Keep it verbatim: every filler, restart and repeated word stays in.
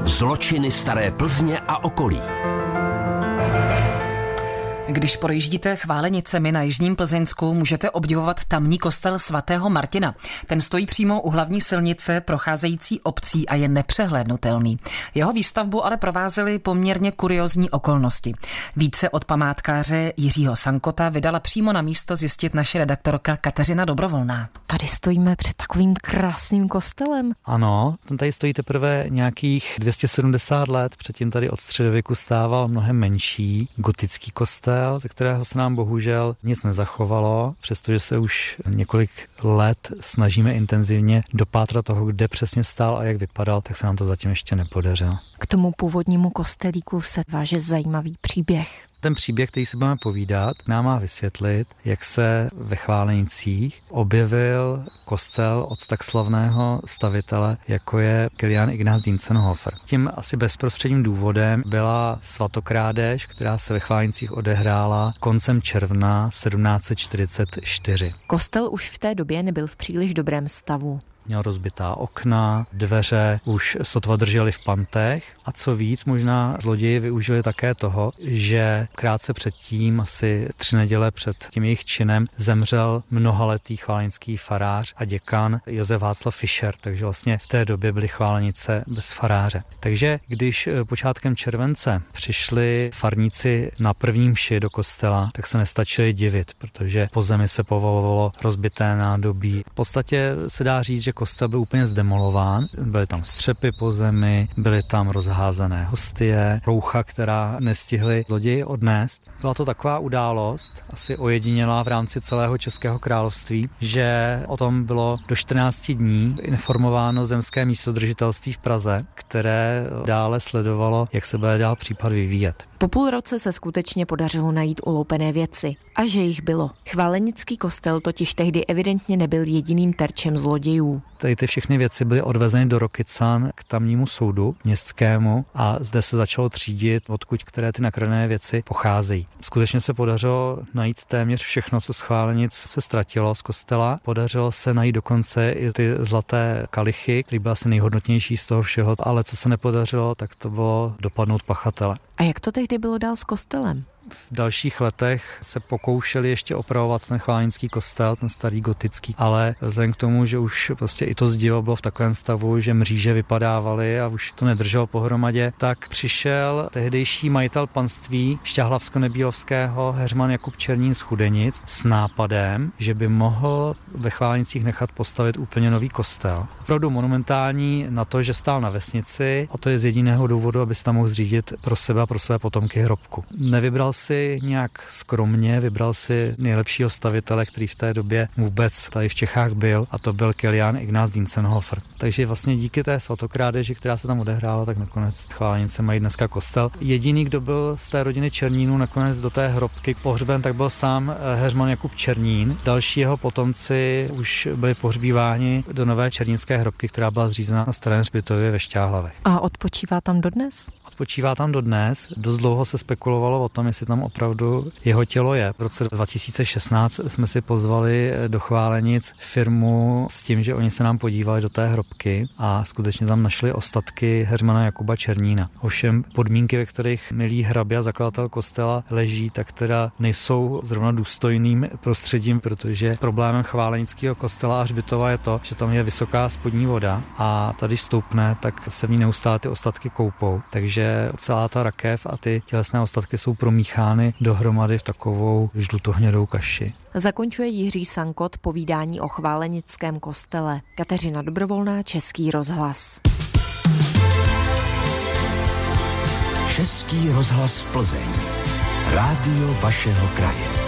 Zločiny staré Plzně a okolí. Když projíždíte Chválenicemi na jižním Plzeňsku, můžete obdivovat tamní kostel svatého Martina. Ten stojí přímo u hlavní silnice procházející obcí a je nepřehlédnutelný. Jeho výstavbu ale provázely poměrně kuriózní okolnosti. Více od památkáře Jiřího Sankota vydala přímo na místo zjistit naše redaktorka Kateřina Dobrovolná. Tady stojíme před takovým krásným kostelem. Ano, ten tady stojí teprve nějakých dvě stě sedmdesát let, předtím tady od středověku stával mnohem menší gotický kostel, ze kterého se nám bohužel nic nezachovalo, přestože se už několik let snažíme intenzivně dopátrat toho, kde přesně stál a jak vypadal, tak se nám to zatím ještě nepodařilo. K tomu původnímu kostelíku se váže zajímavý příběh. Ten příběh, který si budeme povídat, nám má vysvětlit, jak se ve Chválenicích objevil kostel od tak slavného stavitele, jako je Kilián Ignác Dientzenhofer. Tím asi bezprostředním důvodem byla svatokrádež, která se ve Chválenicích odehrála koncem června sedmnáct set čtyřicet čtyři. Kostel už v té době nebyl v příliš dobrém stavu. Měl rozbitá okna, dveře už sotva držely v pantech a co víc, možná zloději využili také toho, že krátce předtím, asi tři neděle před tím jejich činem, zemřel mnohaletý chválenický farář a děkan Josef Václav Fischer, takže vlastně v té době byly Chválenice bez faráře. Takže když počátkem července přišli farníci na první mši do kostela, tak se nestačili divit, protože po zemi se povolovalo rozbité nádobí. V podstatě se dá říct, že kostel byl úplně zdemolován, byly tam střepy po zemi, byly tam rozházené hostie, roucha, která nestihli zloději odnést. Byla to taková událost, asi ojedinělá v rámci celého Českého království, že o tom bylo do čtrnácti dní informováno zemské místodržitelství v Praze, které dále sledovalo, jak se bude dál případ vyvíjet. Po půl roce se skutečně podařilo najít uloupené věci. A že jich bylo. Chválenický kostel totiž tehdy evidentně nebyl jediným terčem zlodějů. Tady ty všechny věci byly odvezeny do Rokycan k tamnímu soudu městskému a zde se začalo třídit, odkud které ty nakradené věci pocházejí. Skutečně se podařilo najít téměř všechno, co z Chválenic se ztratilo z kostela. Podařilo se najít dokonce i ty zlaté kalichy, který byl asi nejhodnotnější z toho všeho, ale co se nepodařilo, tak to bylo dopadnout pachatele. A jak to tehdy bylo dál s kostelem? V dalších letech se pokoušeli ještě opravovat ten chválenický kostel, ten starý gotický, ale vzhledem k tomu, že už prostě i to zdivo bylo v takovém stavu, že mříže vypadávaly a už to nedrželo pohromadě, tak přišel tehdejší majitel panství Šťahlavsko-Nebílovského heřman Jakub Černín z Chudenic s nápadem, že by mohl ve Chválenicích nechat postavit úplně nový kostel. Opravdu monumentální na to, že stál na vesnici, a to je z jediného důvodu, aby se tam mohl zřídit pro sebe a pro své potomky hrobku. Nevybral si nějak skromně, vybral si nejlepšího stavitele, který v té době vůbec tady v Čechách byl, a to byl Kilián Ignác Dientzenhofer. Takže vlastně díky té svatokrádeži, která se tam odehrála, tak nakonec Chválenice mají dneska kostel. Jediný, kdo byl z té rodiny Černínů nakonec do té hrobky pohřben, tak byl sám heřman Jakub Černín. Další jeho potomci už byli pohřbíváni do nové černínské hrobky, která byla zřízena na starém hřbitově ve Šťáhlavech. A odpočívá tam dodnes? Odpočívá tam dodnes. Dost dlouho se spekulovalo o tom, jestli tam opravdu jeho tělo je. V roce dva tisíce šestnáct jsme si pozvali do Chválenic firmu s tím, že oni se nám podívali do té hrobky a skutečně tam našli ostatky heřmana Jakuba Černína. Ovšem podmínky, ve kterých milý hrabě a zakladatel kostela leží, tak teda nejsou zrovna důstojným prostředím, protože problémem chválenického kostela a hřbitova je to, že tam je vysoká spodní voda a tady stoupne, tak se v ní neustále ty ostatky koupou. Takže celá ta rakev a ty tělesné ostatky jsou promíchány dohromady v takovou žlutohnědou kaši. Zakončuje Jiří Sankot povídání o chválenickém kostele. Kateřina Dobrovolná, Český rozhlas. Český rozhlas Plzeň. Rádio vašeho kraje.